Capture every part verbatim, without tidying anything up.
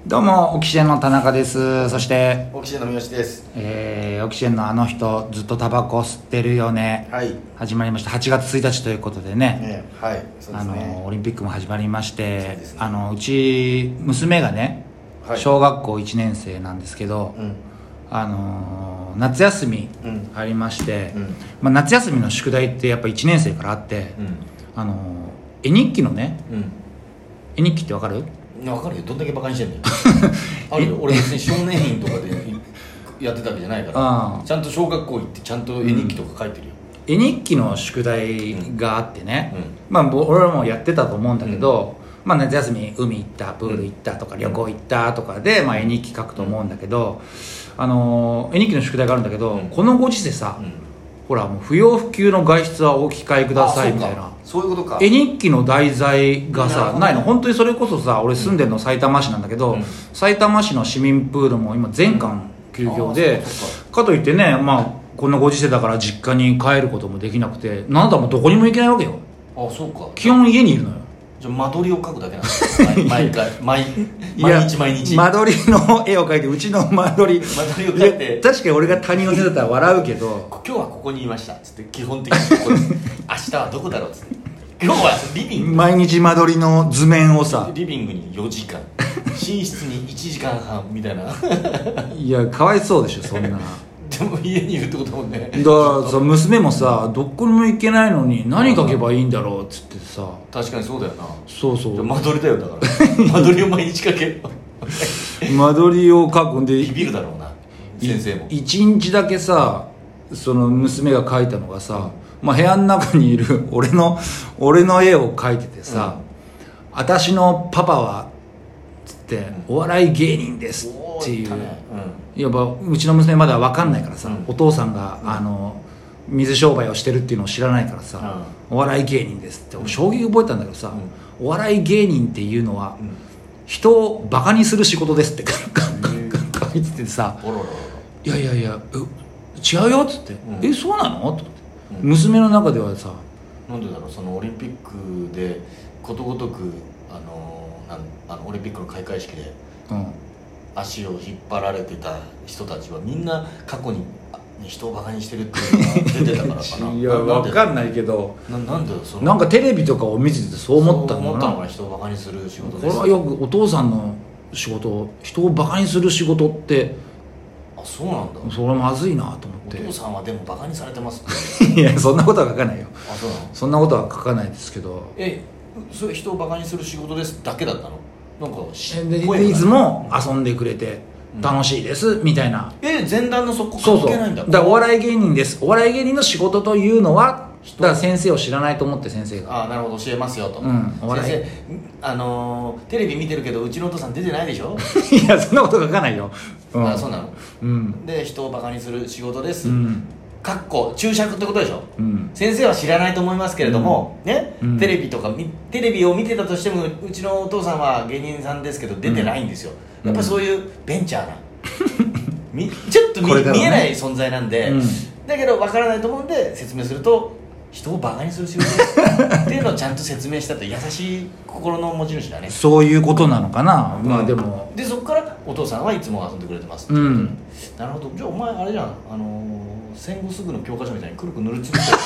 どうもオキシエンの田中です。そしてオキシエンの三好です。 えー、オキシエンのあの人ずっとタバコ吸ってるよね、 はい、 始まりました。はちがつついたちということでね、 ね、はい、そうですね、 あのオリンピックも始まりまして、 そうですね、 あのうち娘がね、はい、小学校いちねん生なんですけど、うん、あの夏休みありまして、うん、まあ、夏休みの宿題ってやっぱいちねん生からあって、うん、あの絵日記のね、うん、絵日記ってわかる？ 分かるよ。どんだけバカにしてんのよあるよ。俺別に少年院とかでやってたわけじゃないからちゃんと小学校行ってちゃんと絵日記とか書いてるよ、 うん、絵日記の宿題があってね、うんうん、まあ俺もやってたと思うんだけど、うん、まあ、夏休み海行ったプール行ったとか、うん、旅行行ったとかで、まあ、絵日記書くと思うんだけど、うん、あの絵日記の宿題があるんだけど、うん、このご時世さ、うん、ほらもう不要不急の外出はお控えくださいみたいな、 そういうことか。 絵日記の題材がさ、な, ないの。本当にそれこそさ、俺住んでるの埼玉市なんだけど、うん、埼玉市の市民プールも今全館休業で、うん、かといってね、まあこんなご時世だから実家に帰ることもできなくて、なんだもうどこにも行けないわけよ。 ああ、そうか。 基本家にいるのよ。 じゃあ間取りを描くだけなんですか？毎回毎毎日毎日間取りの絵を描いて、うちの間取り間取りを描いて、 確かに俺が他人の手だったら笑うけど今日はここにいましたっつって、基本的にここです明日はどこだろうっつって、今日はリビング、 毎日間取りの図面をさ、 リビングによじかん寝室にいちじかんはんみたいないやかわいそうでしょそんなでも家にいるってことだもんね。 だからさ、娘もさ、どこにも行けないのに何書けばいいんだろうっつってさ。 確かにそうだよな。 そうそう、 間取りだよ。だから間取りを毎日書ける間取りを書くんでビビるだろうな先生も。 一日だけさ、その娘が書いたのがさ、まあ、部屋の中にいる俺の俺の絵を描いててさ、うん、私のパパはつって、うん、お笑い芸人ですっていう、ね、うん、やっぱうちの娘まだ分かんないからさ、うん、お父さんが、うん、あの水商売をしてるっていうのを知らないからさ、うん、お笑い芸人ですって衝撃覚えたんだけどさ、うん、お笑い芸人っていうのは、うん、人をバカにする仕事ですって書いててさ、いやいやいや違うよっつって、うん、えそうなのと思って、うん、娘の中ではさ、 なんでだろう、そのオリンピックでことごとくあのなんあのオリンピックの開会式で、うん、足を引っ張られてた人たちはみんな過去に人をバカにしてるっていうのが出てたからかないや分かんないけど、 ななんでそのなんかテレビとかを見ててそう思ったのかな。 そう思ったのが人をバカにする仕事です。 これはよくお父さんの仕事、人をバカにする仕事って、 あ、そうなんだ。 それまずいなと思って。 お父さんはでもバカにされてますっていやそんなことは書かないよ。 あ、そうなの。 そんなことは書かないですけど、 えそれ人をバカにする仕事ですだけだったの？なんかでいつも遊んでくれて楽しいですみたいな、 うん、え前段のそこ関係ないんだ。 そうそう、だからお笑い芸人です、お笑い芸人の仕事というのは、だから先生を知らないと思って、先生が、 ああなるほど、教えますよと、 うん、お笑い先生、あのー、テレビ見てるけどうちのお父さん出てないでしょいやそんなこと書かないよ、 うん、あそうなの、 うん、 で人をバカにする仕事です、 うん、 かっこ注釈ってことでしょ、 うん、 先生は知らないと思いますけれども、うん、ね、うん、テレビとかテレビを見てたとしてもうちのお父さんは芸人さんですけど出てないんですよ、うん、やっぱそういうベンチャーなちょっと 見,、ね、見えない存在なんで、うん、だけど分からないと思うんで説明すると、人をバカにする仕事っていうのをちゃんと説明したと、優しい心の持ち主だね。 そういうことなのかな、うん、まあでもでそこからお父さんはいつも遊んでくれてますって、うん、なるほど。じゃあお前あれじゃん、あのー、戦後すぐの教科書みたいにくるくる塗りつぶして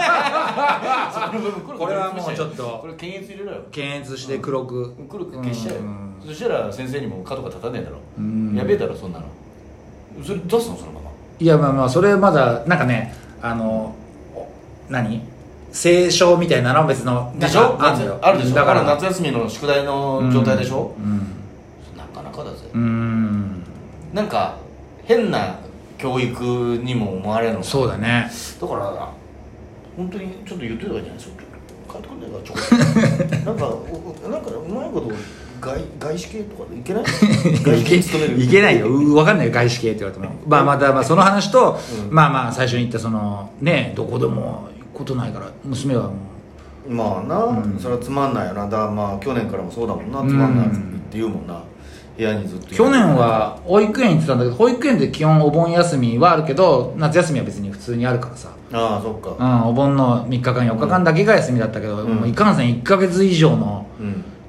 これはもうちょっとこれ検閲入れろよ。 検閲して黒く、 うん、黒く消しちゃうよ、うん、そしたら先生にも角が立たねえだろ、うん、やべえだろそんなの。それ出すのそのまま。 いやまあまあそれまだなんかね、あの何聖書みたいなのは別のでしょ、 あるよ、 あるでしょ。だから夏休みの宿題の状態でしょ、うんうん、なかなかだぜ。 うん、 なんか変な教育にも思われるのか。 そうだね。 だから本当にちょっと言ってたじゃないですか、帰ってくんねえからちょっとなんかなんかうまいこと外外資系とかでいけない外資系勤めるいけないよ、分かんないよ外資系って言われてもまあまたまあその話と、うん、まあまあ最初に言ったそのね、どこでもことないから娘はもうまあな、うん、それはつまんないよな。だからまあ去年からもそうだもんな、つまんないって言うもんな、部屋にずっと。 去年は保育園行ってたんだけど、保育園で基本お盆休みはあるけど夏休みは別に普通にあるからさ。 ああそっか、 うん、お盆のみっかかんよっかかんだけが休みだったけど、うん、もういかんせんいっかげつ以上の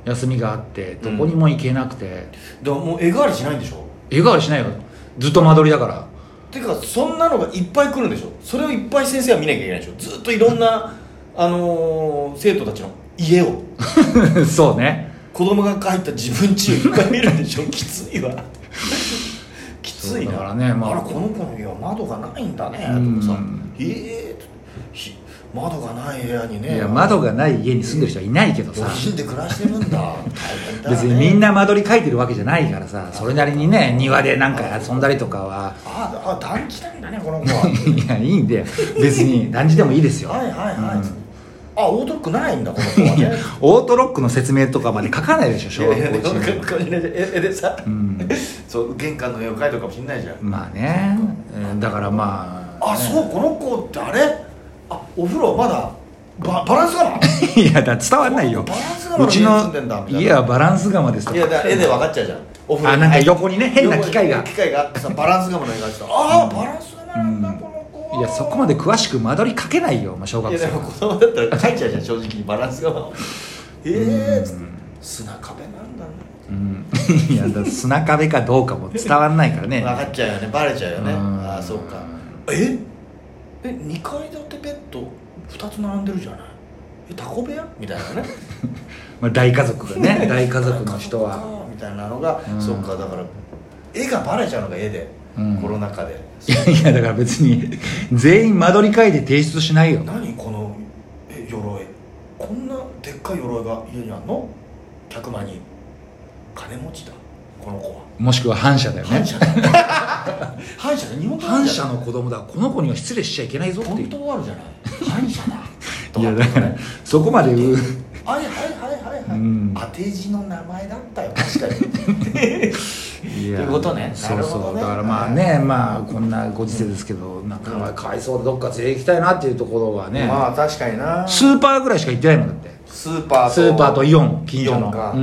休みがあってどこにも行けなくて、 でももう絵代わりしないんでしょ。 絵代わりしないよ、ずっと間取りだから。 てかそんなのがいっぱい来るんでしょ。それをいっぱい先生は見なきゃいけないでしょ。ずっといろんなあのー、生徒たちの家をそうね、 子供が帰った自分家をいっぱい見るんでしょ。きついわきついな。 だからね、まあ、 あらこの子の家は窓がないんだねとかさ、ええー、窓がない部屋にね、 いや窓がない家に住んでる人はいないけどさ、 ご人で暮らしてるんだ大変だ、ね、 別にみんな間取り書いてるわけじゃないからさ、それなりにね庭でなんか遊んだりとかは。 ああ団地なんだねこの子はいやいいんだよ別に団地でもいいですよ。 はいはいはい、うん、あオートロックないんだこの子はねオートロックの説明とかまで書かないでしょ小学校いちねん絵でさ、うん、そう玄関の絵を描いてるかもしれないじゃん。 まあね、えー、だからまあ、 ね、 そうこの子ってあれあお風呂まだバ, バランス釜いやだ伝わんないよ。うちの家はバランス釜ですとか。 いやだ絵で分かっちゃうじゃん。お風呂あなんか横にね変な機械が機械があってさバランス釜の絵がしてああ、うん、バランス釜なんだ、うん、この子。 いやそこまで詳しく間取り書けないよ、まあ、小学生。 いやでも子供だったら書いちゃうじゃん正直にバランス釜をええー、砂壁なんだね。 うん、いやだ砂壁かどうかも伝わんないからね分かっちゃうよね、バレちゃうよね。ああそうか。ええにかい建てベッドふたつ並んでるじゃない。えタコ部屋みたいなねまあ大家族がね大家族の人はみたいなのが、うん、そうかだから絵がバレちゃうのが絵で、うん、コロナ禍で。 いやいやだから別に全員間取り書いて提出しないよ。 何このえ鎧こんなでっかい鎧が家にあんの。客間に金持ちだこの子は。 もしくは反社だよね。 反社だ反社だ日本語反社の子供だ。この子には失礼しちゃいけないぞっていう。 本当あるじゃない反社だいやだからそこまで言う。 はいはいはいはいはい、うん、当て字の名前だったよ確かにいやということね。 そうそう、ね、だからまあね、まあこんなご時世ですけど、うん、なんかかわいそうでどっか連れて行きたいなっていうところはね。 まあ確かにな。 スーパーぐらいしか行ってないもんだって。 スーパーとスーパーとイオン近所のか、うん、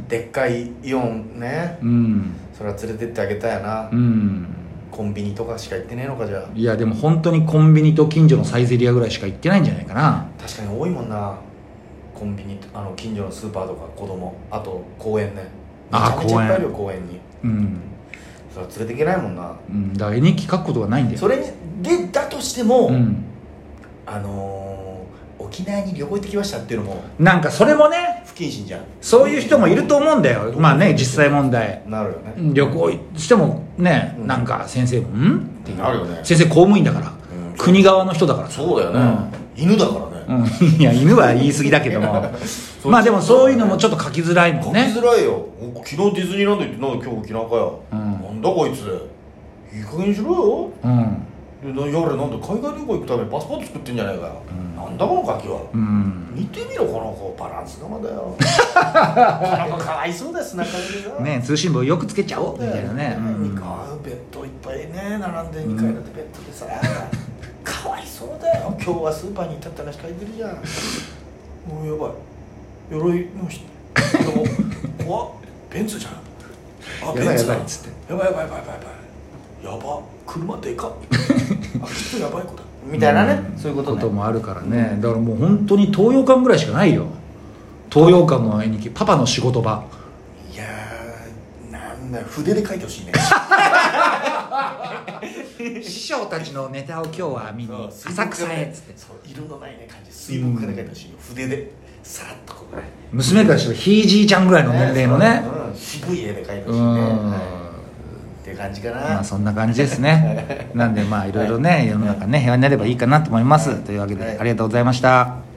でっかいイオンね、うん、それは連れてってあげたいな、うん、コンビニとかしか行ってねえのかじゃあ。 いやでも本当にコンビニと近所のサイゼリアぐらいしか行ってないんじゃないかな。 確かに多いもんなコンビニあの近所のスーパーとか子供あと公園ね。めちゃめちゃいっぱいあるよ公園に。うん、それは連れていけないもんな、 うん、だから絵日記書くことがないんだよ。 それにでだとしても、うん、あのー沖縄に旅行行ってきましたっていうのもなんかそれもね不謹慎じゃん。 そういう人もいると思うんだよ。まあね実際問題なるよね。 旅行してもね、うん、なんか先生もんっていうなるよね。 先生公務員だから、うん、国側の人だからそうだよね、うん、犬だからね、 うん、いや犬は言い過ぎだけどもまあでもそういうのもちょっと書きづらいもんね。 書きづらいよ。昨日ディズニーランド行ってなんだ今日沖縄かよ、うん、なんだこいついい加減にしろよ、うんでやれなんだ海外旅行行くためにパスポート作ってんじゃないかよ、うん、なんだこのガキは、うん、見てみろこの子バランス釜だよこの子かわいそうです中身がね通信簿よくつけちゃおうみたいなね、 うん、にかいベッドいっぱいね並んでにかい建てベッドでさ、うん、かわいそうだよ。今日はスーパーに行ったって話書いてるじゃん。もうやばい鎧の人でも怖っベンツじゃん。あベンツだやばいやばいっつってやばいやばいやばいやばいやば車でかっあきっとやばい子だみたいなね、うん、そういうこと、ね、 こともあるからね、うん、だからもう本当に東洋館ぐらいしかないよ。東洋館の絵日記パパの仕事場。 いやーなんだ筆で書いてほしいね師匠たちのネタを今日は見に浅草へっつってそう色のないね感じ水墨画で書いてほしいよ、うん、筆でさらっとこうぐらい娘からしたらひいじいちゃんぐらいの年齢のね、 うん、渋い絵で描いてほしいね、はいっていう感じかな。 まあそんな感じですねなんでまあいろいろね、はい、世の中ね平和になればいいかなと思います、はい、というわけで、はい、ありがとうございました。